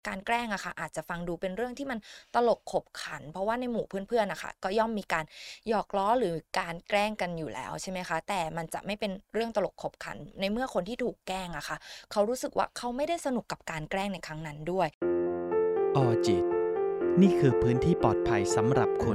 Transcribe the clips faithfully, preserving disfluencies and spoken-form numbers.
การแกล้งอะค่ะอาจจะฟังดูเป็นเรื่องที่มันตลกขบขันเพราะว่าในหมู่เพื่อนๆอะค่ะก็ย่อมมีการหยอกล้อหรือการแกล้งกันอยู่แล้วใช่ไหมคะแต่มันจะไม่เป็นเรื่องตลกขบขันในเมื่อคนที่ถูกแกล้งอะค่ะเขารู้สึกว่าเขาไม่ได้สนุกกับการแกล้งในครั้งนั้นด้วยออจิตนี่คือพื้นที่ปลอดภัยสำหรับคุณ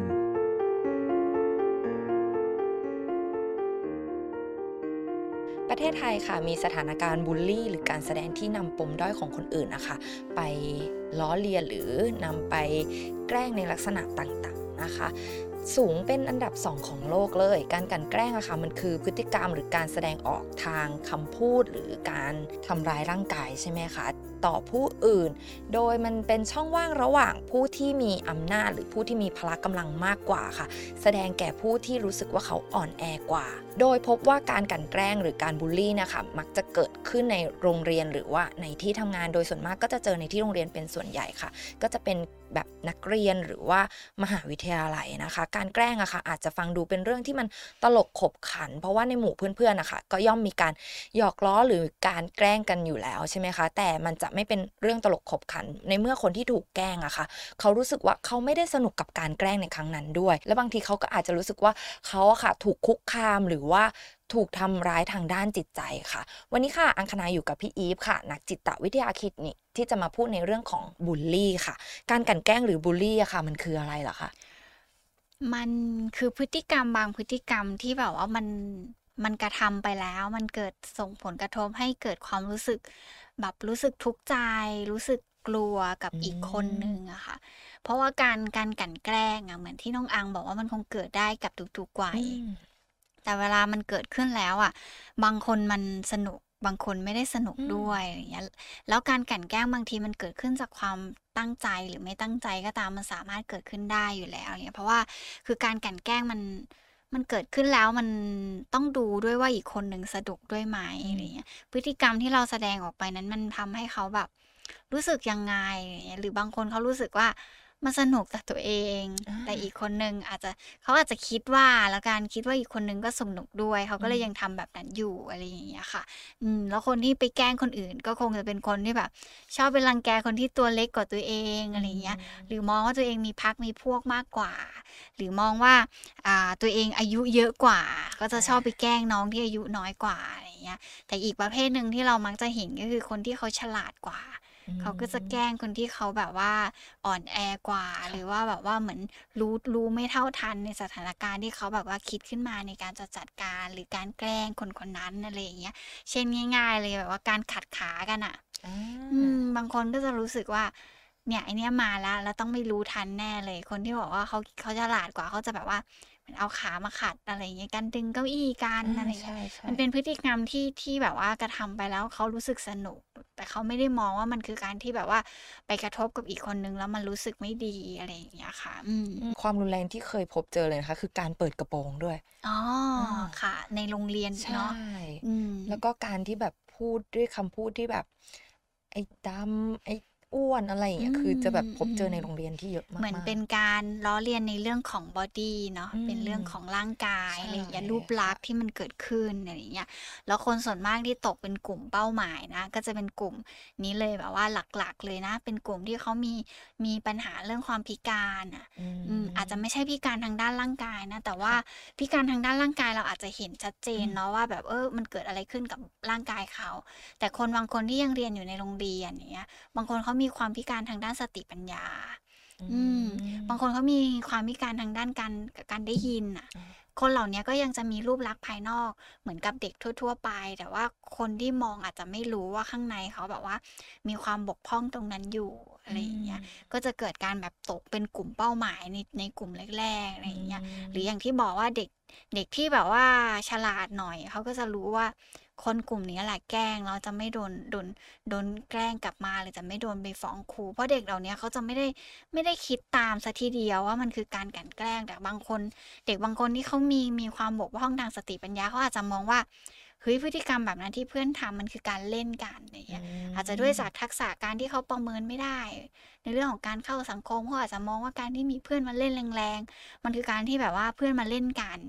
ประเทศไทยค่ะมีสถานการณ์บุลลีหรือการแสดงที่นำปมด้อยของคนอื่นนะคะไปล้อเลียนหรือนำไปแกล้งในลักษณะต่างๆนะคะสูงเป็นอันดับสองของโลกเลยการกลั่นแกล้งอะค่ะมันคือพฤติกรรมหรือการแสดงออกทางคำพูดหรือการทำร้ายร่างกายใช่ไหมคะต่อผู้อื่นโดยมันเป็นช่องว่างระหว่างผู้ที่มีอำนาจหรือผู้ที่มีพละกำลังมากกว่าค่ะแสดงแก่ผู้ที่รู้สึกว่าเขาอ่อนแอกว่าโดยพบว่าการกลั่นแกล้งหรือการบูลลี่นะคะมักจะเกิดขึ้นในโรงเรียนหรือว่าในที่ทำงานโดยส่วนมากก็จะเจอในที่โรงเรียนเป็นส่วนใหญ่ค่ะก็จะเป็นแบบนักเรียนหรือว่ามหาวิทยาลัยนะคะการแกล้งอะค่ะอาจจะฟังดูเป็นเรื่องที่มันตลกขบขันเพราะว่าในหมู่เพื่อนๆนะคะก็ย่อมมีการหยอกล้อหรือการแกล้งกันอยู่แล้วใช่ไหมคะแต่มันจะไม่เป็นเรื่องตลกขบขันในเมื่อคนที่ถูกแกล้งอะค่ะเขารู้สึกว่าเขาไม่ได้สนุกกับการแกล้งในครั้งนั้นด้วยและบางทีเขาก็อาจจะรู้สึกว่าเขาอะค่ะถูกคุกคามหรือว่าถูกทำร้ายทางด้านจิตใจค่ะวันนี้ค่ะอังคณาอยู่กับพี่อีฟค่ะนักจิตวิทยาคลินิกที่จะมาพูดในเรื่องของบูลลี่ค่ะการกลั่นแกล้งหรือบูลลี่อะค่ะมันคืออะไรเหรอคะมันคือพฤติกรรมบางพฤติกรรมที่แบบว่ามันมันกระทำไปแล้วมันเกิดส่งผลกระทบให้เกิดความรู้สึกแบบรู้สึกทุกข์ใจรู้สึกกลัวกับอือีกคนหนึ่งมอะค่ะเพราะว่าการการกลั่นแกล้งอะเหมือนที่น้องอังบอกว่ามันคงเกิดได้กับทุกๆวัอืยมแต่เวลามันเกิดขึ้นแล้วอะบางคนมันสนุกบางคนไม่ได้สนุกอืมด้วยอะไรอย่างเงี้ย แล้วการกลั่นแกล้งบางทีมันเกิดขึ้นจากความตั้งใจหรือไม่ตั้งใจก็ตามมันสามารถเกิดขึ้นได้อยู่แล้วเนี่ยเพราะว่าคือการกลั่นแกล้งมันมันเกิดขึ้นแล้วมันต้องดูด้วยว่าอีกคนหนึ่งสนุกด้วยไหมอืมอะไรเงี้ยพฤติกรรมที่เราแสดงออกไปนั้นมันทำให้เขาแบบรู้สึกยังไงอะไรเงี้ยหรือบางคนเขารู้สึกว่ามันสนุกจากตัวเองอาแต่อีกคนหนึ่งอาจจะเขาอาจจะคิดว่าแล้วกันคิดว่าอีกคนหนึ่งก็สนุกด้วยเขาก็เลยยังอืมทำแบบนั้นอยู่อะไรอย่างเงี้ยค่ะ อืมแล้วคนที่ไปแกล้งคนอื่นก็คงจะเป็นคนที่แบบชอบไปรังแกคนที่ตัวเล็กกว่าตัวเองอือะไรอย่างเงี้ยหรือมมองว่าตัวเองมีพรรคมีพวกมากกว่าหรือมองว่าอ่าตัวเองอายุเยอะกว่าก็จะชอบไปอาแกล้งน้องที่อายุน้อยกว่าอะไรอย่างเงี้ยแต่อีกประเภทหนึ่งที่เรามักจะเห็นก็คือคนที่เขาฉลาดกว่าอืเขาก็จะแกล้งมคนที่เขาแบบว่าอ่อนแอกว่าหรือค่ะว่าแบบว่าเหมือนรู้รู้ไม่เท่าทันในสถานการณ์ที่เขาแบบว่าคิดขึ้นมาในการจะจัดการหรือการแกล้งคนคนนั้นอะไรอย่างเงี้ย เช่นง่ายๆเลยแบบว่าการขัดขากันอะออืามบางคนก็จะรู้สึกว่าเนี่ยไอ้เนี่ยมาแล้วแล้วต้องไม่รู้ทันแน่เลยคนที่บอกว่าเขาเขาฉลาดกว่าเขาจะแบบว่าเหมือนเอาขามาขัดอะไรอย่างเงี้ยการดึงเก้าอี้กันอาอะไรอย่างใเงี้ยช่มันเป็นพฤติกรรมที่ที่แบบว่ากระทำไปแล้วเขารู้สึกสนุกแต่เขาไม่ได้มองว่ามันคือการที่แบบว่าไปกระทบกับอีกคนหนึ่งแล้วมันรู้สึกไม่ดีอะไรอย่างเงี้ยค่ะอืมๆอืมความรุนแรงที่เคยพบเจอเลยนะคะคือการเปิดกระโปรงด้วยอ๋ออาค่ะในโรงเรียนใชเนาะ่อืมแล้วก็การที่แบบพูดด้วยคำพูดที่แบบไอ้ดำไอ้อ้วนอะไรอย่างอืเงี้ยคือจะแบบมพบอืมเจอในโรงเรียนที่เยอะเหมือนเป็นมากๆการล้อเลียนในเรื่องของบอดีเนาะอืเป็นเรื่องมของร่างกายใช่อะไรอย่างเงี้ยรูปลัค่ะกษณ์ที่มันเกิดขึ้นอะไรอย่างเงี้ยแล้วคนส่วนมากที่ตกเป็นกลุ่มเป้าหมายนะก็จะเป็นกลุ่มนี้เลยแบบว่าหลักๆเลยนะเป็นกลุ่มที่เขามีมีปัญหาเรื่องความพิการอะอือืมอาจจะไม่มใช่พิการทางด้านร่างกายนะแต่ว่าค่ะพิการทางด้านร่างกายเราอาจจะเห็นชัดเจอืมนเนาะว่าแบบเออมันเกิดอะไรขึ้นกับร่างกายเขาแต่คนบางคนที่ยังเรียนอยู่ในโรงเรียนอย่างเงี้ยบางคนเขามีความพิการทางด้านสติปัญญาอือืมบางคนมเขามีความพิการทางด้านการการได้ยินน่ะอาคนเหล่าเนี้ยก็ยังจะมีรูปลักษณ์ภายนอกเหมือนกับเด็กทั่วๆไปแต่ว่าคนที่มองอาจจะไม่รู้ว่าข้างในเขาแบบว่ามีความบกพร่องตรงนั้นอยู่อะอืไรอย่างเงี้ยมก็จะเกิดการแบบตกเป็นกลุ่มเป้าหมายในในกลุ่มแรกๆอะไรอือย่างเงี้ยหรืออย่างมที่บอกว่าเด็กเด็กที่แบบว่าฉลาดหน่อยเขาก็จะรู้ว่าคนกลุ่มนี้แหละแกล้งแล้วจะไม่โดนโดนโดนแกล้งกลับมาหรือจะไม่โดนไปฟ้องครูเพราะเด็กเหล่าเนี้ยเขาจะไม่ได้ไม่ได้คิดตามเสียทีเดียวว่ามันคือการกลั่นแกล้งแต่บางคนเด็กบางคนที่เขามีมีความบกพร่องทางสติปัญญาเขาอาจจะมองว่าเฮ้ยพฤติกรรมแบบนั้นที่เพื่อนทำมันคือการเล่นกันอะไรอย่างอืเงี้ยอาจจะด้วยจากมทักษะการที่เขาประเมินไม่ได้ ในเรื่องของการเข้าสังคมเขาอาจจะมองว่าการที่มีเพื่อนมาเล่นแรงๆมันคือการที่แบบว่าเพื่อนมาเล่นกัน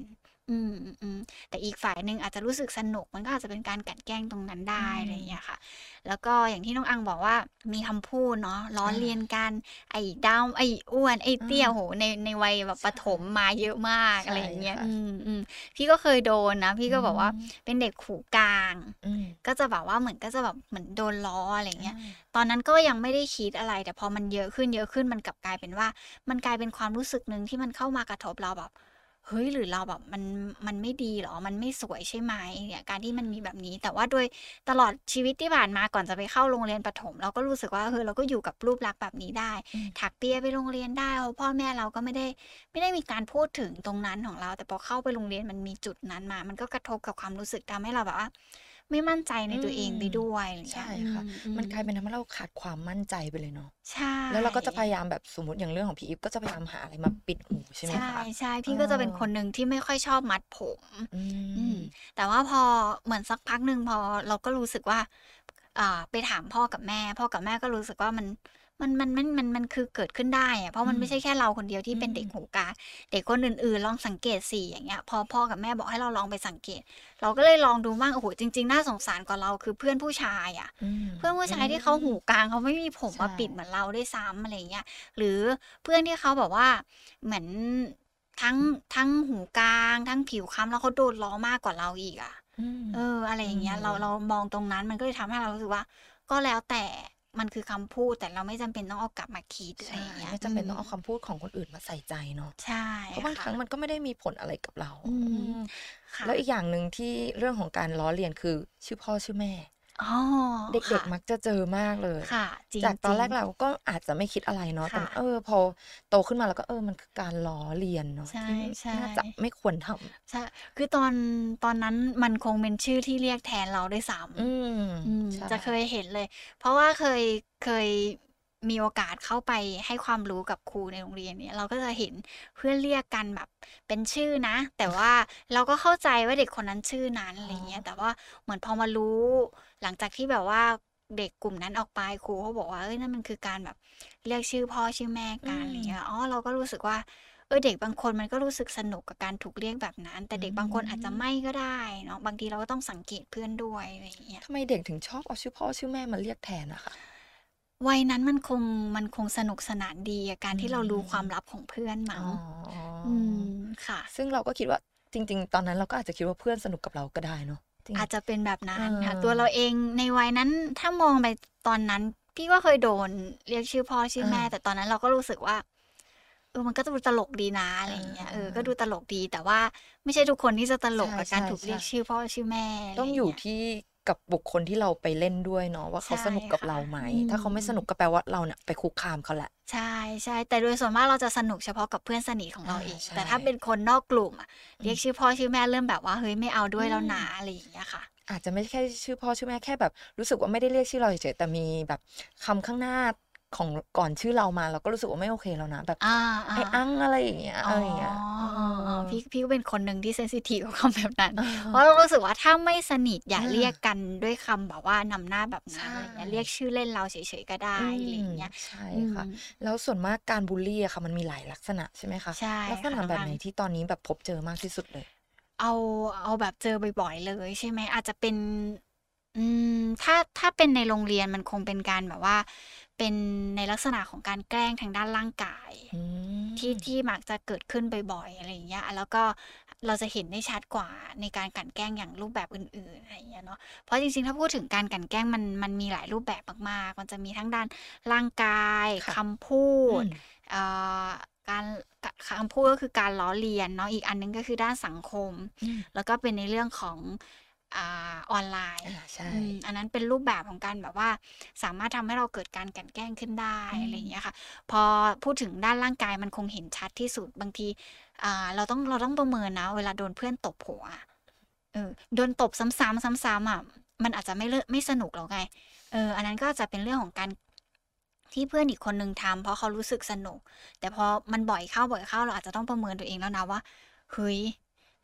อืมอืมแต่อีกฝ่ายหนึ่งอาจจะรู้สึกสนุกมันก็อาจจะเป็นการกลั่นแกล้งตรงนั้นอืได้อะไรอย่างเงี้ยมค่ะแล้วก็อย่างที่น้องอังบอกว่ามีคำพูดเนาะล้ออาเลียนกันไอ้ดำไอ้อ้วนไอ้อาเตี้ยโอ้โฮในในวัยแบบประถใช่มมาเยอะมากอะไรใช่อย่างเงี้ยค่ะอืมอืมพี่ก็เคยโดนนะพี่อืก็แบบว่ามเป็นเด็กหูกลางอืมก็จะแบบว่าเหมือนก็จะแบบเหมือนโดนล้ออะไรอย่างอาเงี้ยตอนนั้นก็ยังไม่ได้คิดอะไรแต่พอมันเยอะขึ้นเยอะขึ้นมันกลับกลายเป็นว่ามันกลายเป็นความรู้สึกหนึ่งที่มันเข้ามากระทบเราแบบ เฮ้ยหรือเราแบบมันมันไม่ดีเหรอมันไม่สวยใช่ไหมเนี่ยการที่มันมีแบบนี้แต่ว่าโดยตลอดชีวิตที่ผ่านมาก่อนจะไปเข้าโรงเรียนประถมเราก็รู้สึกว่าเออเราก็อยู่กับรูปลักษณ์แบบนี้ได้อืมถักเปียไปโรงเรียนได้เพราะพ่อแม่เราก็ไม่ได้ไม่ได้มีการพูดถึงตรงนั้นของเราแต่พอเข้าไปโรงเรียนมันมีจุดนั้นมามันก็กระทบกับความรู้สึกทำให้เราแบบว่าไม่มั่นใจในอืตัวเองมไปด้วยอะไรอย่างเงี้ใช่ยอืค่ะมมันกลายเป็นทำให้เราขาดความมั่นใจไปเลยเนาะๆใชแล้วเราก็จะ่พยายามแบบสมมุติอย่างเรื่องของพี่อีฟก็จะพยายามหาอะไรมาปิดหูใช่ไหมใช่คะใช่เอพี่ก็จะเป็นอคนหนึ่งที่ไม่ค่อยชอบมัดผมอือืมมแต่ว่าพอเหมือนสักพักหนึ่งพอเราก็รู้สึกว่าอ่าไปถามพ่อกับแม่พ่อกับแม่ก็รู้สึกว่ามันมันมันมันมันมันคือเกิดขึ้นได้อะเพราะอืมมันไม่ใช่แค่เราคนเดียวที่อืเป็นมเด็กหูกลางเด็กคนอื่นๆลองสังเกตสิอย่างเงี้ยพอพ่อกับแม่บอกให้เราลองไปสังเกตเราก็เลยลองดูบ้างโอ้โฮจริงๆน่าสงสารกว่าเราคือเพื่อนผู้ชายอะอืมเพื่อนผู้อืชายที่เขามหูกลางเขาไม่มีผมมาใช่ปิดเหมือนเราด้วยซ้ำอะไรอย่างเงี้ยหรือเพื่อนที่เขาแบบว่าเหมือน ทั้งทั้งหูกลางทั้งผิวคล้ำแล้วเขาโดนล้อมากกว่าเราอีกอะอืมเอออะไรอือย่างเงี้ยเราเรามมองตรงนั้นมันก็เลยทำให้เรารู้สึกว่าก็แล้วแต่มันคือคำพูดแต่เราไม่จำเป็นต้องเอากลับมาคิดอะไรใช่อย่างเงี้ยไม่อืจำเป็นต้มองเอาคำพูดของคนอื่นมาใส่ใจเนาะใช่เพราะบางคค่ะรั้งมันก็ไม่ได้มีผลอะไรกับเราอือืมมค่ะแล้วอีกอย่างหนึ่งที่เรื่องของการล้อเลียนคือชื่อพ่อชื่อแม่อ๋อเด็กค่ะๆมักจะเจอมากเลยค่ะจจากตอนริงแรกเราก็อาจจะไม่คิดอะไรเนาะๆค่ะแต่เออพอโตขึ้นมาเราก็เออมันคือการล้อเลียนเนาะใช่ที่น่าจะๆไม่ควรทใช่คือตอนตอนนั้นมันคงเป็นชื่อที่เรียกแทนเราด้วยซ้ำอืมำอืมใช่จะเคยเห็นเลย เพราะว่าเคยเคยมีโอกาสเข้าไปให้ความรู้กับครูในโรงเรียนเนี่ยเราก็จะเห็นเพื่อนเรียกกันแบบเป็นชื่อนะ แต่ว่าเราก็เข้าใจว่าเด็กคนนั้นชื่อนั้นอ๋ออะไรอย่างเงี้ยแต่ว่าเหมือนพอมารู้หลังจากที่แบบว่าเด็กกลุ่มนั้นออกไปครูเขาบอกว่าเฮ้ยนั่นมันคือการแบบเรียกชื่อพ่อชื่อแม่อืกันอะไรมเงี้ยอ๋อเราก็รู้สึกว่า เออเด็กบางคนมันก็รู้สึกสนุกกับการถูกเรียกแบบนั้นแต่อืเด็กบางคนอาจจะไม่มก็ได้เนาะบางทีเราก็ต้องสังเกตเพื่อนด้วยอะไรอย่างเงี้ยทำไมเด็กถึงชอบเอาชื่อพ่อชื่อแม่มาเรียกแทนอะคะวัยนั้นมันคงมันคงสนุกสนานดีอะการอืที่เรารู้ความลับมของเพื่อนอ๋มั้งออืมค่ะซึ่งเราก็คิดว่าจริงๆ ตอนนั้นเราก็อาจจะคิดว่าเพื่อนสนุกกับเราก็ได้เนาะจริงอาจจะเป็นแบบเอนั้นค่ะอตัวเราเองในวัยนั้นถ้ามองไปตอนนั้นพี่ก็เคยโดนเรียกชื่อพ่อชื่ออาแม่แต่ตอนนั้นเราก็รู้สึกว่าเออมันก็ดูตลกดีนะออะไรอย่างเงี้ยเออก็าดูตลกดีแต่ว่าไม่ใช่ทุกคนที่จะตลใกกับการถูกเรียกช่ๆๆชื่อพ่อชื่อแม่อะไรต้องอย่างเงี้ยอยู่ที่กับบุคคลที่เราไปเล่นด้วยเนาะว่าเขาใช่สนุกกับค่ะเราไหมอืถ้าเขาไม่สนุกก็มแปลว่าเราเนี่ยไปคุกคามเขาแหละใช่ๆแต่โดยส่วนมากเราจะสนุกเฉพาะกับเพื่อนสนิทของอาเราเองใช่แต่ถ้าเป็นคนนอกกลุ่มอะอืมเรียกชื่อพ่อชื่อแม่เริ่มแบบว่าเฮ้ยไม่เอาด้อืวยแล้วมนะอะไรอย่างเงี้ยค่ะอาจจะไม่แค่ชื่อพ่อชื่อแม่แค่แบบรู้สึกว่าไม่ได้เรียกชื่อเราเฉยๆแต่มีแบบคำข้างหน้าของก่อนชื่อเรามาเราก็รู้สึกว่าไม่โอเคแล้วนะแบบอาไอ้อั้งๆอะไรอย่างเงี้ยอ๋ออะไรอย่างเงี้ยเออเออๆพี่พี่ก็เป็นคนหนึ่งที่เซนซิทิฟกับคำแบบนั้นเอเพราะเราอรู้สึกว่าถ้าไม่สนิทอย่าอาเรียกกันด้วยคำแบบว่านำหน้าแบบนั้นใช่อะไรอย่างเงี้ยเรียกชื่อเล่นเราเฉยๆก็ได้อือะไรอมย่างเงี้ยใช่อืมค่ะแล้วส่วนมากการบุลลีอะค่ะมันมีหลายลักษณะใช่ไหมคะใช่ลักษณะแบบไหนค่ะน้องอังที่ตอนนี้แบบพบเจอมากที่สุดเลยเอาเอาแบบเจอบ่อยๆเลยใช่ไหมอาจจะเป็นอืมถ้าถ้าเป็นในโรงเรียนมันคงเป็นการแบบว่าเป็นในลักษณะของการแกล้งทางด้านร่างกายอืที่มที่มักจะเกิดขึ้นบ่อยๆอะไรอย่างเงี้ยแล้วก็เราจะเห็นได้ชัดกว่าในการกลั่นแกล้งอย่างรูปแบบอื่นๆอะไรอย่างเงี้ยเนาะเพราะจริงๆถ้าพูดถึงการกลั่นแกล้งมันมันมีหลายรูปแบบมากๆมันจะมีทั้งด้านร่างกายค่ะคำพูดอืมเอ่อการกะคำพูดก็คือการล้อเลียนเนาะอีกอันหนึ่งก็คือด้านสังคมอืมแล้วก็เป็นในเรื่องของอ่าออนไลน์อาใช่อืมอันนั้นเป็นรูปแบบของการแบบว่าสามารถทำให้เราเกิดการกลั่นแกล้งขึ้นได้อืมอะไรอย่างเงี้ยค่ะพอพูดถึงด้านร่างกายมันคงเห็นชัดที่สุดบางทีอ่าเราต้องเราต้องประเมินนะเวลาโดนเพื่อนตบหัวอะเออโดนตบซ้ำๆซ้ำๆอะมันอาจจะไม่เลิกไม่สนุกแล้วไง เอออันนั้นก็จะเป็นเรื่องของการที่เพื่อนอีกคนหนึ่งทำเพราะเขารู้สึกสนุกแต่พอมันบ่อยเข้าบ่อยเข้าเราอาจจะต้องประเมินตัวเองแล้วนะว่าเฮ้ย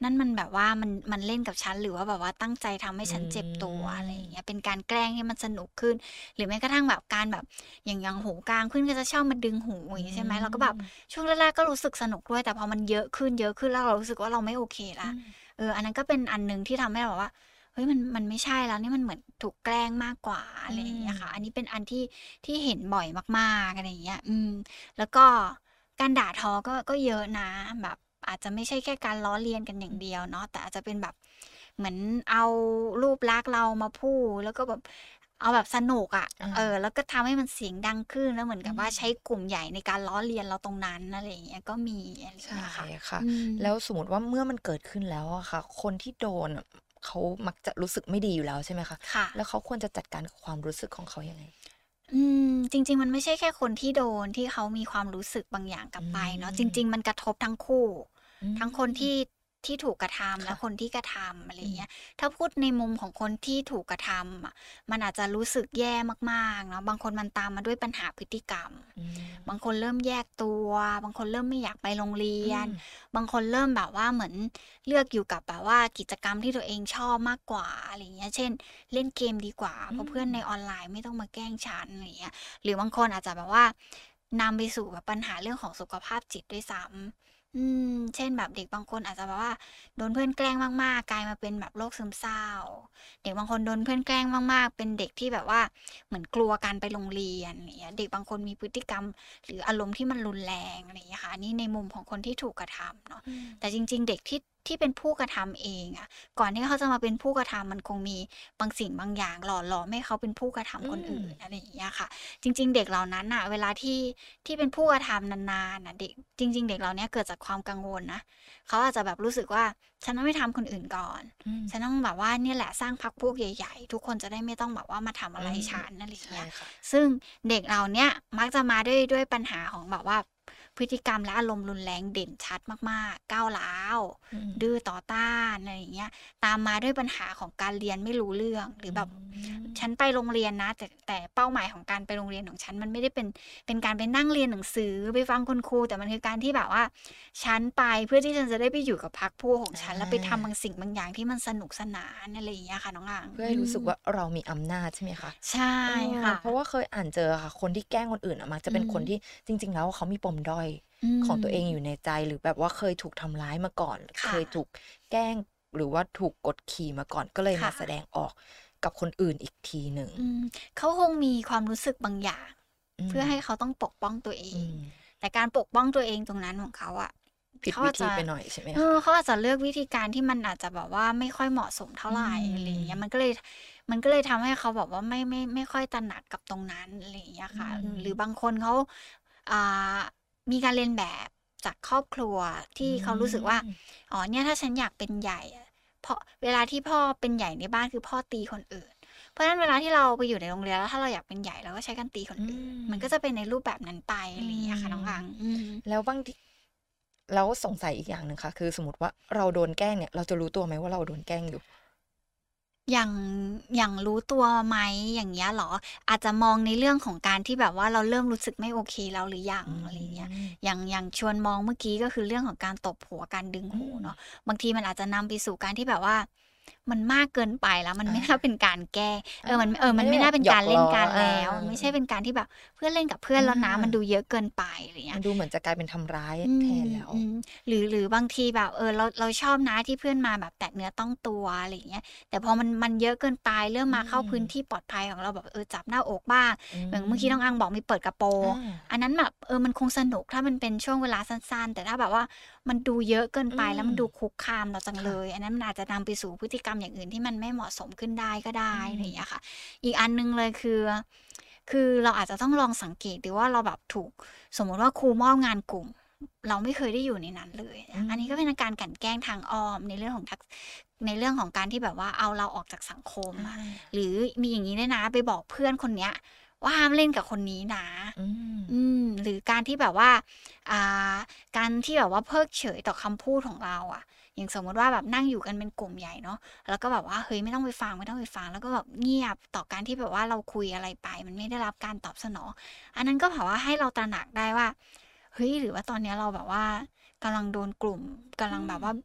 นั่นมันแบบว่ามันมันเล่นกับฉันหรือว่าแบบว่าตั้งใจทำให้อืฉันเจ็บตัวอะไรอย่างมเงี้ย เป็นการแกล้งให้มันสนุกขึ้น หรือแม้กระทั่งแบบการแบบ อย่าง อย่างหูกลางขึ้นก็จะชอบมาดึงหูอือย่างงี้ใช่ไหม เราก็แบบมช่วงแรก ๆ ก็รู้สึกสนุกด้วย แต่พอมันเยอะขึ้น เยอะขึ้น แล้วเรารู้สึกว่าเราไม่โอเคแอลื้วมเออ อันนั้นก็เป็นอันหนึ่งที่ทำให้เราแบบว่า เฮ้ย มัน มันไม่ใช่แล้ว นี่มันเหมือนถูกแกล้งมากกว่าออืะไรอย่างเงี้ยค่ะมอันนี้เป็นอันที่ ที่เห็นบ่อยมาก ๆ อะไรอย่างเงี้ย อืม แล้วก็การด่าทอก็ ก็เยอะนะ แบบอาจจะไม่ใช่แค่การล้อเลียนกันอย่าอืมงเดียวเนาะ แต่อาจจะเป็นแบบเหมือนเอารูปลักษณ์เรามาพูด แล้วก็แบบเอาแบบสนุกอะอาเออ แล้วก็ทำให้มันเสียงดังขึ้น แล้วเหมือนอืกับว่าใช้มกลุ่มใหญ่ในการล้อเลียนเราตรงนั้น อะไรอย่างเงี้ย ก็มี อะไรอย่ใาชงเงี้่ยค่ะค่ะอืแล้มวสมมุติว่าเมื่อมันเกิดขึ้นแล้วอะค่ะ คนที่โดนอะเขามักจะรู้สึกไม่ดีอยู่แล้วใช่ไหมคะ? ค่แล้ะวเขาควรจะจัดการกับความรู้สึกของเขายังไง? อืม จริง ๆ มันไม่ใช่แค่คนที่โดน ที่เขามีความรู้สึกบางอย่างกอลัืบไปเนาะ จริมง ๆ มันกระทบทั้งคู่อืทั้งคนทมี่ ที่ถูกกระทำคและ่ะคนที่กระทำ อะไรอือย่างเงมี้ย ถ้าพูดในมุมของคนที่ถูกกระทำอะ มันอาจจะรู้สึกแย่มาก ๆ เนาะ บางคนมันตามมาด้วยปัญหาพฤติกรรมอืบางมคนเริ่มแยกตัว บางคนเริ่มไม่อยากไปโรงเรีอืยนมบางคนเริ่มแบบว่าเหมือนเลือกอยู่กับแบบว่ากิจกรรมที่ตัวเองชอบมากกว่า อะไรอย่างเงี้ย เช่น เล่นเกมดีกว่าอืเพราะเพื่อนในมออนไลน์ไม่ต้องมาแกล้งฉัน อะไรอย่างเงี้ย หรือบางคนอาจจะแบบว่านำไปสู่แบบปัญหาเรื่องของสุขภาพจิตด้วยซ้ำ อืม เช่น แบบเด็กบางคนอาจจะแบบว่าโดนเพื่อนแกล้งมาก ๆ กลายมาเป็นแบบโรคซึมเศร้า เด็กบางคนโดนเพื่อนแกล้งมาก ๆ เป็นเด็กที่แบบว่าเหมือนกลัวการไปโรงเรียน อย่างเงี้ย เด็กบางคนมีพฤติกรรม หรืออารมณ์ที่มันรุนแรง อะไรอย่างเงี้ยค่ะ อันนี้ในมุมของคนที่ถูกกระทำเนาะอืมแต่จริง ๆ เด็กที่ ที่เป็นผู้กระทำเองอะ ก่อนที่เขาจะมาเป็นผู้กระทำ มันคงมีบางสิ่งบางอย่างหล่อหลอมให้เขาเป็นผู้กระทอืำคนอื่นมอะไรอย่างเงี้ยค่ะ จริง ๆ เด็กเหล่านั้นน่ะ เวลาที่ ที่เป็นผู้กระทำนาน ๆ น่ะ เด็ก จริง ๆ เด็กเหล่าเนี้ยเกิดจากความกังวลนะ เขาอาจจะแบบรู้สึกว่า ฉันต้องไม่ทำคนอื่นก่อนอืมฉันต้องแบบว่าเนี่ยแหละสร้างพรรคพวกใหญ่ ๆ ทุกคนจะได้ไม่ต้องแบบว่ามาทำออืะไรมฉัน อะไรอใย่ชางเ่งี้ยค่ะซึ่งเด็กเหล่าเนี้ยมักจะมาด้วย ด้วยปัญหาของแบบว่าพฤติกรรมและอารมณ์รุนแรงเด่นชัดมาก ๆ ก้าวร้าวอืมดื้อต่อต้าน อะไรอย่างเงี้ย ตามมาด้วยปัญหาของการเรียนไม่รู้เรื่อง หรือือแบบฉมันไปโรงเรียนนะ แต่ แต่เป้าหมายของการไปโรงเรียนของฉันมันไม่ได้เป็น เป็นการไปนั่งเรียนหนังสือ ไปฟังคุณครู แต่มันคือการที่แบบว่า ฉันไปเพื่อที่ฉันจะได้ไปอยู่กับพรรคพวกของอฉัน แล้วไปทำบาางสิ่งบางอย่างที่มันสนุกสนาน อะไรอย่างเงี้ยค่ะน้องอังเพื่อใอห้ืรู้สึกวม่าเรามีอำนาจใช่ไหมคะ? ใช่เออค่ะเพราะว่าเคยอ่านเจออะค่ะ คนที่แกล้งคนอื่นอะมักจะอืเป็นคนทมี่จริง ๆ แล้วเขามีปมด้อยอืของตัวเองอมยู่ในใจ หรือแบบว่าเคยถูกทำร้ายมาก่อนคเค่ยะถูกแกล้ง หรือว่าถูกกดขี่มาก่อน ก็เลยคม่าแสะดงออกกับคนอื่นอีกทีหนึ่งอืม เขาคงมีความรู้สึกบางอย่างอืเพื่อให้มเขาต้องปกป้องตัวเออืงมแต่การปกป้องตัวเองตรงนั้นของเขาอะ เขผิดาวอิาจธจีะไปหน่อยใช่ไหมเออคะ? เขาอาจจะเลือกวิธีการที่มันอาจจะแบบว่าไม่ค่อยเหมาะสมเท่าอืไร อะไรอย่างเงี้ยมมันก็เลย มันก็เลยทำให้เขาแบบว่าไม่ ไม่ ไม่ค่อยตระหนักกับตรงนั้น อะไรอย่างเงี้ยอืค่ะ อืม หรือมบางคนเขา อ่า มีการเลียนแบบจากครอบครัวทอืี่เขารู้สึกว่ามอ๋อ เนี่ยถ้าฉันอยากเป็นใหญ่อะ เพราะเวลาที่พ่อเป็นใหญ่ในบ้าน คือพ่อตีคนอื่น เพราะฉะนั้นเวลาที่เราไปอยู่ในโรงเรียน แล้วถ้าเราอยากเป็นใหญ่ เราก็ใช้การตีคนอือื่น มันก็มจะเป็นในรูปแบบนั้นไปออืะไรอย่างเงี้ยค่ะน้องมอัง อือฮึแล้วบางที แล้วสงสัยอีกอย่างหนึ่งค่ะ คือสมมุติว่าเราโดนแกล้งเนี่ย เราจะรู้ตัวไหมว่าเราโดนแกล้งอยู่? อย่าง อย่างรู้ตัวไหม อย่างเงี้ยเหรอ อาจจะมองในเรื่องของการที่แบบว่าเราเริ่มรู้สึกไม่โอเคแล้วหรือยังอือะไรอย่างเงี้ยมอย่าง อย่างชวนมองเมื่อกี้ก็คือเรื่องของการตบหัว การดึงอืหูเนาะมบางทีมันอาจจะนำไปสู่การที่แบบว่า มันมากเกินไปแล้ว มันอไม่ น่าาเป็นการแกล้งอเอาอ มัน เออไมม่ันไดไ้ม่แน่บาบเป็นกหยอารกเลล่้อนกันอาแล้ว มันไม่ใช่เป็นการที่แบบเพื่อนเล่นกับเพื่ออนแล้วนะ มันาดูเยอะเกินไป อะไรอย่างเมงัี้ยนดูเหมือนจะกลายเป็นทำร้ายอืแทนมแล้วอืม หรือ หรือบางทีแบบ เออ เรา เราชอบนะที่เพื่อนมาแบบแตะเนื้อต้องตัว อะไรอย่างเงี้ย แต่พอมัน มันเยอะเกินไป เริ่มอืมาเข้าพื้นมที่ปลอดภัยของเราแบบ เออ จับหน้าอกบ้างอือย่างเมื่อกี้น้องอังมบอกมีเปิดกระโปรองาอันนั้นแบบ เออ มันคงสนุกถ้ามันเป็นช่วงเวลาสั้น ๆ แต่ถ้าแบบว่ามันดูเยอะเกินอืไป แล้วมันดูมคุกคามเราจังคเ่ละย อันนั้นมันอาจจะนำไปสู่พฤติกรรมอย่างอื่นที่มันไม่เหมาะสมขึ้นได้ก็ได้อือะไรอย่างเงี้มยค่ะ อีกอันหนึ่งเลยคือ คือเราอาจจะต้องลองสังเกตดูว่าเราแบบถูก สมมุติว่าครูมอบงานกลุ่ม เราไม่เคยได้อยู่ในนั้นเลยอือันนี้ก็เป็นมอาการกลั่นแกล้งทางอ้อมในเรื่องของทัก ในเรื่องของการที่แบบว่าเอาเราออกจากสังคมออะาหรือมีอย่างงี้ด้วยนะ ไปบอกเพื่อนคนเนี้ยว่าห้ามเล่นกับคนนี้นะอืมอืม หรือการที่แบบว่า อ่า การที่แบบว่าเพิกเฉยต่อคำพูดของเราอะ อย่างสมมุติว่าแบบนั่งอยู่กันเป็นกลุ่มใหญ่เนาะ แล้วก็แบบว่า เฮ้ย ไม่ต้องไปฟัง ไม่ต้องไปฟัง แล้วก็แบบเงียบต่อการที่แบบว่าเราคุยอะไรไป มันไม่ได้รับการตอบสนอง อันนั้นก็แบบว่าให้เราตระหนักได้ว่า เฮ้ย หรือว่าตอนเนี้ยเราแบบว่ากำลังโดนกลุ่ม กอำืลังแบบว่าม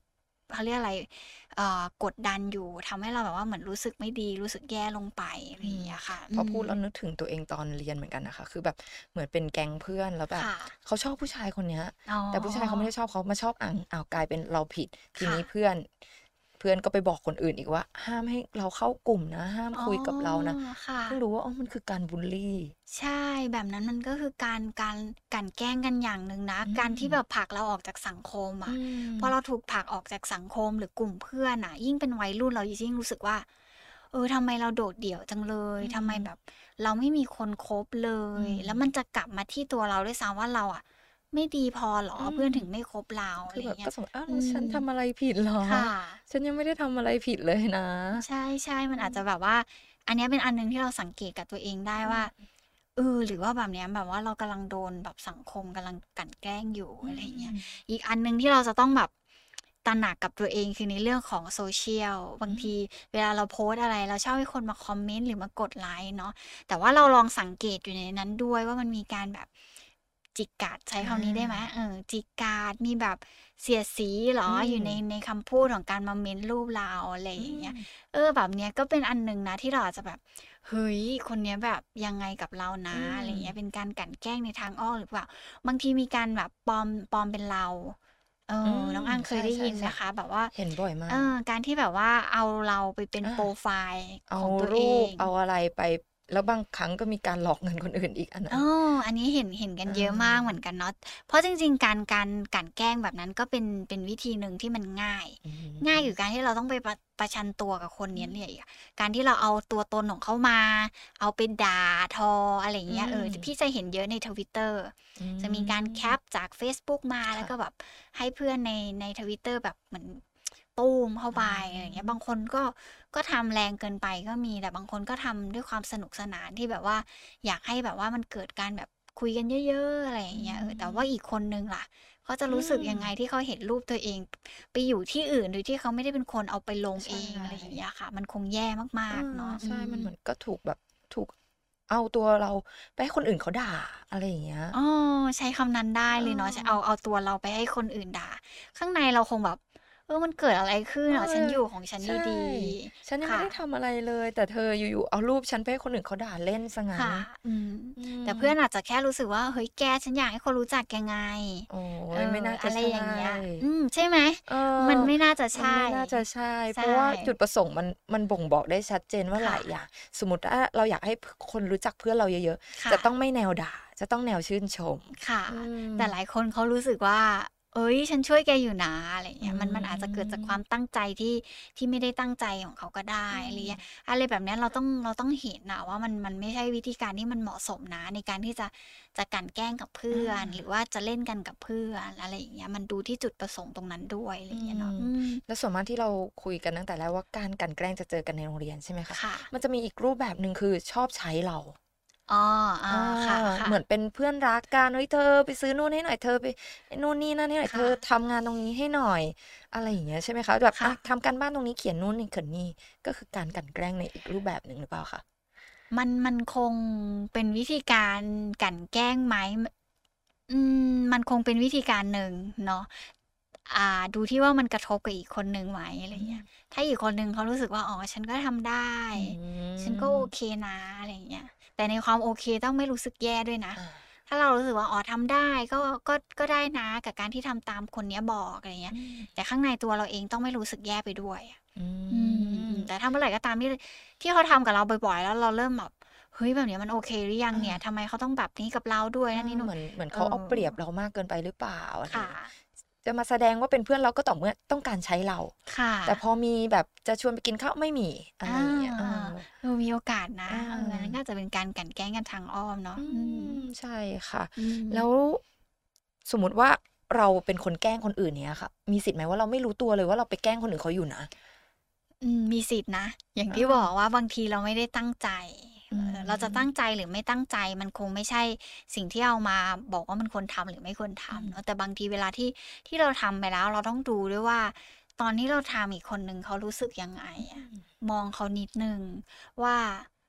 เขาเรียกอะไรเอ่อกดดันอยู่ทำให้เราแบบว่าเหมือนรู้สึกไม่ดีรู้สึกแย่ลงไปอะไรอือย่างมเงี้ยค่ะพออืพูดแล้วมนึกถึงตัวเองตอนเรียนเหมือนกันน่ะค่ะ คือแบบเหมือนเป็นแก๊งเพื่อน แล้วแบบค่ะเขาชอบผู้ชายคนเนี้ยอ๋อแต่ผู้ชายเขาไม่ได้ชอบ เขามาชอบอัง อ้าว กลายเป็นเราผิด ทีค่นี้ะเพื่อน เพื่อนก็ไปบอกคนอื่นอีกว่า "ห้ามให้เราเข้ากลุ่มนะ ห้ามอ๋อคุยกับเรานะ" ค่เพิ่งะรู้ว่า อ๋อ มันคือการบุลลีใช่ แบบนั้นมันก็คือการ การกลั่นแกล้งกันอย่างหนึ่งนะอืการที่แบมบผลักเราออกจากสังคมอือะ พอมเราถูกผลักออกจากสังคมหรือกลุ่มเพื่อนน่ะ ยิ่งเป็นวัยรุ่นเรายิ่งรู้สึกว่า เออ ทำไมเราโดดเดี่ยวจังเลอืย ทำไมแมบบเราไม่มีคนคบเลอืย แล้วมมันจะกลับมาที่ตัวเราด้วยซ้ำว่า เราอะไม่ดีพอเหรออืเพื่อนมถึงไม่คบเราคอืะไรอยอแบ่าบงเงีก้็ยสงสัย "อ้าวอแลื้วฉันมทำอะไรผิดเหรอ? ค่ะฉันยังไม่ได้ทำอะไรผิดเลยนะ" ใช่ ๆ มันอือาจจะมแบบว่า อันเนี้ยเป็นอันหนึ่งที่เราสังเกตกับตัวเองได้อืว่ามเออ หรือว่าแบบเนี้ย แบบว่าเรากำลังโดนแบบสังคมกำลังกลั่นแกล้งอยู่อือะไรอย่างเงี้ยมอีกอันหนึ่งที่เราจะต้องแบบ ตระหนักกับตัวเอง คือในเรื่องของ Social บาองืทมีเวลาเราโพสต์อะไร เราชอบให้คนมาคอมเมนต์ หรือมากดไลก์เนาะ แต่ว่าเราลองสังเกตอยู่ในนั้นด้วยว่า มันมีการแบบจิกกัด ใช้อคำนี้ได้ไหม? าเออ จิกกัด มีแบบเสียดสีเหรอือ อยู่ในมในคำพูดของการมาเม้นต์รูปเรา อะไรอือย่างเงี้ยมเออ แบบเนี้ยก็เป็นอันหนึ่งนะที่เราอาจจะแบบ เฮ้ย คนเนี้ยแบบยังไงกับเรานอืะ อะไรอย่างเงี้ยมเป็นการกลั่นแกล้งในทางอ้อมหรือเปล่า บางทีมีการแบบปลอม ปลอมเป็นเรา เออือมน้องอังเคใยได้ยินไหมช่คะ? แบบว่าๆ ๆ เห็นบ่อยมาเอกอ การที่แบบว่าเอาเราไปเป็นอาโพรไฟล์เอาของตัวรเอูปงเอาอะไรไป แล้วบางครั้งก็มีการหลอกเงินคนอื่นอีก อันนั้เอนอ อันนี้เห็น เห็นกันเเยอะมากเหมือออนกันเนาะ เพราะจริง ๆ การ การกลั่นแกล้งแบบนั้นก็เป็น เป็นวิธีหนึ่งที่มันง่ายอืง่ายกว่ามการที่เราต้องไปประ ประชันตัวกับคนอืเนี้ยมเนี่ยอีกอะ การที่เราเอาตัวตนของเขามา เอาไปด่าทอ อะไรอย่าอืงเงี้ย เออมพี่จะเห็นเยอะใน Twitter อืจะมีการแคมปจากเฟซบุ๊กมาคแล้่วะก็แบบให้เพื่อนใน ใน Twitter แบบเหมือน ตู้มเข้าอไป อะไรอย่างเงี้ย บาางคนก็ ก็ทำแรงเกินไปก็มี แต่บางคนก็ทำด้วยความสนุกสนานที่แบบว่าอยากให้แบบว่ามันเกิดการแบบคุยกันเยอะ ๆ อะไรออยื่างเงี้ย เออ แต่ว่ามอีกคนหนึ่งล่ะ เขาจะอืรู้สึกยังไงมที่เขาเห็นรูปตัวเองไปอยู่ที่อื่น โดยที่เขาไม่ได้เป็นคนเอาไปลงใชเอง อะไรอย่างเงี้ยค่ะ มันคงแย่มเอาก ๆ เนาอะใอชื่มันเหมืมอนก็ถูกแบบ ถูกเอาตัวเราไปให้คนอื่นเขาด่า อะไรอย่างเงี้ยเออ ใช้คำนั้นได้เลยเนาะ ช เอาเออเอาตัวเราไปให้คนอื่นด่า ข้างในเราคงแบบ เออ มันเกิดอะไรขึ้นเอออะ ฉันอยู่ของฉันใช่ดี ๆ คฉันยังไม่่ได้ะทำอะไรเลย แต่เธออยู่ ๆ เอารูปฉันไปให้คนอื่นเขาด่าเล่นเสียงั้คน่ะ อืมอืแต่เพื่อนมอาจจะแค่รู้สึกว่า เฮ้ย แก ฉันอยากให้คนรู้จักแกไงโอ๊เอย ไม่อน่าจอะะไรใช่อย่างเงี้ย อืม ใช่ไหม? เออมันไม่น่าจะใมชัน่ไม่น่าจะใช่ใชเพ่ราะว่าจุดประสงค์มัน มันบ่งบอกได้ชัดเจนว่าคหล่ายะอย่าง สมมุติถ้าเราอยากให้ พ คนรู้จักเพื่อนเราเยอะคๆ่จะะต้องไม่แนวด่า จะต้องแนวชื่นชมค่ะอืแต่หลมายคนเขารู้สึกว่า เฮ้ย ฉันช่วยแกอยู่นะ อะไรอย่างอเืงี้ย มัน มันอาจจะเกิดจากความมตั้งใจที่ ที่ไม่ได้ตั้งใจของเขาก็ได้อือะไรเงี้มย อะไรแบบเนี้ยเราต้อง เราต้องเห็นน่ะว่ามัน มันไม่ใช่วิธีการที่มันเหมาะสมนะ ในการที่จะ จะกลั่นแกล้งกับเพื่ออน หรือาว่าจะเล่นกันกับเพื่อน อะไรอย่างเงี้ย มันดูที่จุดประสงค์ตรงนั้นด้วย อะไรอือย่างเงี้ยเนามะ อืมแล้วส่วนมากที่เราคุยกันตั้งแต่แรกว่า การกลั่นแกล้งจะเจอกันในโรงเรียน ใช่ไหมคะค่ะมันจะมีอีกรูปแบบหนึ่ง คือชอบใช้เราอ๋อ อเาอคอ่ะเหมืๆอนเป็นเพื่อนรักกัน "เฮ้ย เธอไปซื้อนู่นให้หน่อย เธอไปไอ้นู่นนี่นั่นให้หน่อยคเธ่อะทำงานตรงนี้ให้หน่อย" อะไรอย่างเงี้ย ใช่ไหมคะ แบบคอ่ะะทำการบ้านตรงนี้ เขียนนู่นนี่ เขียนนี่ ก็คือการกลั่นแกล้งในอีกรูปแบบหนึ่งหรือเปล่าคะ? มัน มันคงเป็นวิธีการกลั่นแกล้งไหม ม อืม มันคงเป็นวิธีการหนึ่งเนาะ อ่า ดูที่ว่ามันกระทบกับอีกคนหนึ่งไหม อะไรอืเงี้ยมถ้าอีกคนหนึ่งเขารู้สึกว่า อ๋อ ฉันก็ทำได้อืฉันก็โอมเคนะ อะไรอย่างเงี้ย แต่ในความโอเคต้องไม่รู้สึกแย่ด้วยนะอาถ้าเรารู้สึกว่า อ๋อ ทำได้ ก็ ก็ ก็ได้นะกับการที่ทำตามคนเนี้ยบอก อะไรอย่างเงี้อืยมแต่ข้างในตัวเราเองต้องไม่รู้สึกแย่ไปด้วยอะอือืมมแต่ถ้าเมื่อไหร่ก็ตามที่ ที่เขาทำกับเราบ่อย ๆ แล้วเราเริ่มแบบ เฮ้ย แบบเนี้ยมันโอเคหรือยังอเนี่ยาทำไมเขาต้องแบบนี้กับเราด้วยเออนั่นนี่นูเ่หมนือน เหมือนเเอขาเอาเปรียบอเรามากเกินไปหรือเปล่า อะไรคอย่่างเงี้ยะจะมาแสดงว่าเป็นเพื่อนเราก็ต่อเมื่อต้องการใช้เราค่แต่พะอมีแบบจะชวนไปกินข้าว ไม่มี ออะาไรอย่างเงี้ย เออๆ เออ มีโอกาสนะเเออ อันนั้นก็อออาจจะเป็นการกลั่นแกล้งกันทางอ้อมเนาะอือืมมใช่ค่ะอืแล้มว สมมุติว่าเราเป็นคนแกล้งคนอื่น อย่างเงี้ยค่ะ มีสิทธิ์ไหมว่าเราไม่รู้ตัวเลยว่าเราไปแกล้งคนอื่นเขาอยู่นะ? อืม มีสิทธิ์นะ อย่างอที่บอากว่าบางทีเราไม่ได้ตั้งใจอืเออ เราจะตั้มงใจหรือไม่ตั้งใจ มันคงไม่ใช่สิ่งที่เอามาบอกว่ามันควรทำหรือไม่ควรทอืำเนามะ แต่บางทีเวลาที่ ที่เราทำไปแล้ว เราต้องดูด้วยว่า ตอนที่เราทำอีกคนหนึ่งเขารู้สึกยังไงอือะมมองเขานิดหนึ่งว่า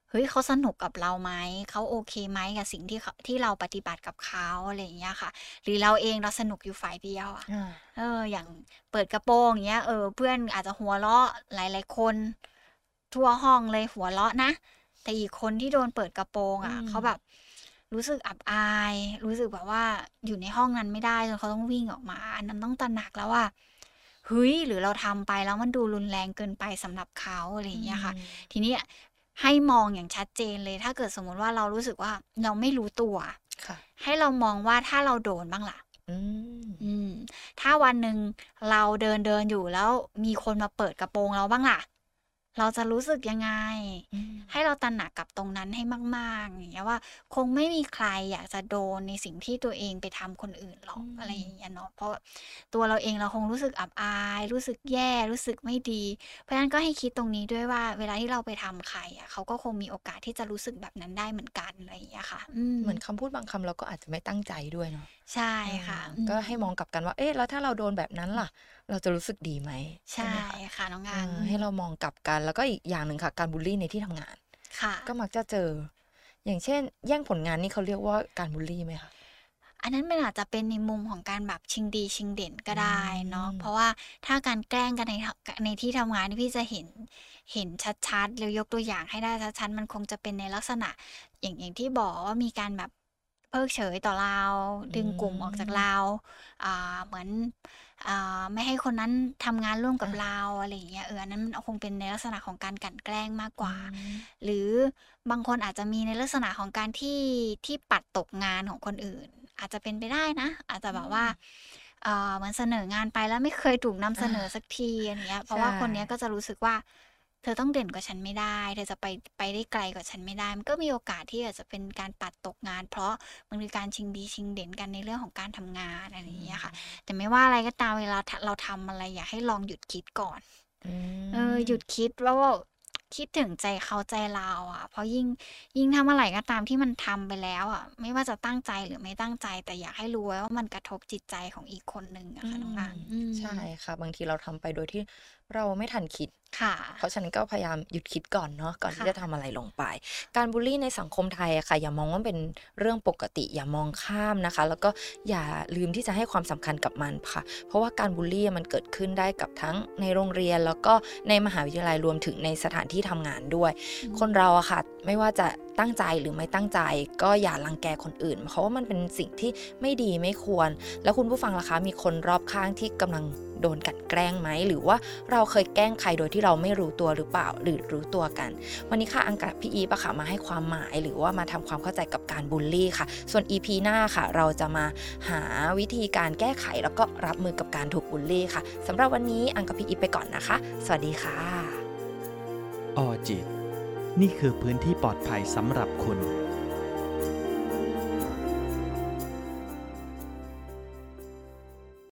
เฮ้ยเขาสนุกกับเราไหมเขาโอเคไหมกับสิ่งที่เขาที่เราปฏิบัติกับเขาอะไรอย่างเงี้ยค่ะ หรือเราเองเราสนุกอยู่ฝ่ายเดียวอะอาเออ อย่างเปิดกระโปรงอย่างเงี้ย เออ เพื่อนอาจจะหัวเราะหลาย ๆ คน ทั่วห้องเลยหัวเราะนะ แต่อีกคนที่โดนเปิดกระโปรงอือะ เขามแบบรู้สึกอับอาย รู้สึกแบบว่าอยู่ในห้องนั้นไม่ได้จนเขาต้องวิ่งออกมา อันนั้นต้องตระหนักแล้วว่า เฮ้ย หรือเราทำไปแล้วมันดูรุนแรงเกินไปสำหรับเขา อะไรออืย่างเงี้ยค่ะมทีนี้อะให้มองอย่างชัดเจนเลย ถ้าเกิดสมมุติว่าเรารู้สึกว่าเราไม่รู้ตัวค่ะให้เรามองว่าถ้าเราโดนบ้างล่ะอืมอืม ถ้าวันหนึ่งเราเดิน ๆ อยู่แล้วมีคนมาเปิดกระโปรงเราบ้างล่ะ เราจะรู้สึกยังไง? อืมให้เราตระหนักกับตรงนั้นให้มาก ๆ อย่างเงี้ยว่า คงไม่มีใครอยากจะโดนในสิ่งที่ตัวเองไปทำคนอื่นหรอือก อะไรอย่ามงเงี้ยเนาะ เพราะตัวเราเองเราคงรู้สึกอับอาย รู้สึกแย่ รู้สึกไม่ดี เพราะฉะนั้นก็ให้คิดตรงนี้ด้วยว่า เวลาที่เราไปทำใครอะ เขาก็คงมีโอกาสที่จะรู้สึกแบบนั้นได้เหมือนกัน อะไรอย่างเงี้ยค่ะ อืมเหมือนคำพูดบางคำเราก็อาจจะไม่ตั้งใจด้วยเนาะใช่เออค่ะ อืก็ให้มองมกลับกันว่า เอ๊ะ แล้วถ้าเราโดนแบบนั้นล่ะ เราจะรู้สึกดีไหม? ใใชช่่ไหมคะ? ค่ะน้องเออันออืให้เรามมองกลับกัน แล้วก็อีกอย่างหนึ่งค่ะ การบุลลีในที่ทำงานค่ก็ะมักจะเจอ อย่างเช่น แย่งผลงานนี่เขาเรียกว่าการบุลลีไหมคะ? อันนั้นมันอาจจะเป็นในมุมของการแบบชิงดีชิงเด่นก็อืได้เนาะ เพมราะว่าถ้าการแกล้งกันใน ท ก ในที่ทำงานที่พี่จะเห็น เห็นชัด ๆ แล้วยกตัวอย่างให้ได้ชัด ๆ มันคงจะเป็นในลักษณะ อย่าง อย่างที่บอกว่ามีการแบบเพิกเฉยต่อเราอืดึงกลุ่มออกจากมเรา อ่า เหมือน อ่า ไม่ให้คนนั้นทำงานร่วมกัอบาเรา อะไรอย่างเงี้ย เออ อันนั้นมันคงเป็นในลักษณะของการกลั่นแกล้งมากอืกว่ามหรือบางคนอาจจะมีในลักษณะของการที่ ที่ปัดตกงานของคนอื่น อาจจะเป็นไปได้นะ อาจจะอืแบบว่ามเอ่อ เหมือนเสนองานไปแล้วไม่เคยถูกนำอเสานอสักที อะไรอย่างเงี้ย เพใราชะว่าคนเนี้ยก็่จะรู้สึกว่า เธอต้องเด่นกว่าฉันไม่ได้ เธอจะไป ไปได้ไกลกว่าฉันไม่ได้ มันก็มีโอกาสที่อาจจะเป็นการปัดตกงาน เพราะมันคือการชิงดีชิงเด่นกันในเรื่องของการทำงาน อะไรอือย่างเงี้ยค่ะมแต่ไม่ว่าอะไรก็ตามเวลา ท เราทำอะไรอยากให้ลองหยุดคิดก่อนอืเออ หยุมดคิดว่า ว่า คิดถึงใจเขาใจเราอะ เพราะยิ่ง ยิ่งถ้าเมื่อไหร่ก็ตามที่มันทำไปแล้วอะ ไม่ว่าจะตั้งใจหรือไม่ตั้งใจ แต่อยากให้รู้ไว้ว่ามันกระทบจิตใจของอีกคนหนึ่งออะืค่ะน้องมอัน อืใช่มค่ะ บางทีเราทำไปโดยที่เราไม่ทันคิดค่เพราะะฉะนั้นก็พยายามหยุดคิดก่อนเนาะ ก่อนคที่่จะะทำอะไรลงไป การบุลลีในสังคมไทยอะค่ะ อย่ามองว่าเป็นเรื่องปกติ อย่ามองข้ามนะคะ แล้วก็อย่าลืมที่จะให้ความสำคัญกับมันค่ะ เพราะว่าการบุลลีอะมันเกิดขึ้นได้กับทั้งในโรงเรียน แล้วก็ในมหาวิทยาลัย รวมถึงในสถานที่ทำงานด้วยอืคนมเราอะค่ะ ไม่ว่าจะตั้งใจหรือไม่ตั้งใจ ก็อย่ารังแกคนอื่น เพราะว่ามันเป็นสิ่งที่ไม่ดีไม่ควร แล้วคุณผู้ฟังล่ะคะ มีคนรอบข้างที่กำลังโดนกลั่นแกล้งไหม? หรือว่าเราเคยแกล้งใครโดยที่เราไม่รู้ตัวหรือเปล่า หรือรู้ตัวกัน? วันนี้ค่ะ อังกับพี่อีฟอะค่ะ มาให้ความหมาย หรือว่ามาทำความเข้าใจกับการบุลลีค่ะ ส่วน อี พี หน้าค่ะ เราจะมาหาวิธีการแก้ไข แล้วก็รับมือกับการถูกบุลลีค่ะ สำหรับวันนี้อังกับพี่อีฟไปก่อนนะคะ สวัสดีค่ะออจิต นี่คือพื้นที่ปลอดภัยสำหรับคุณ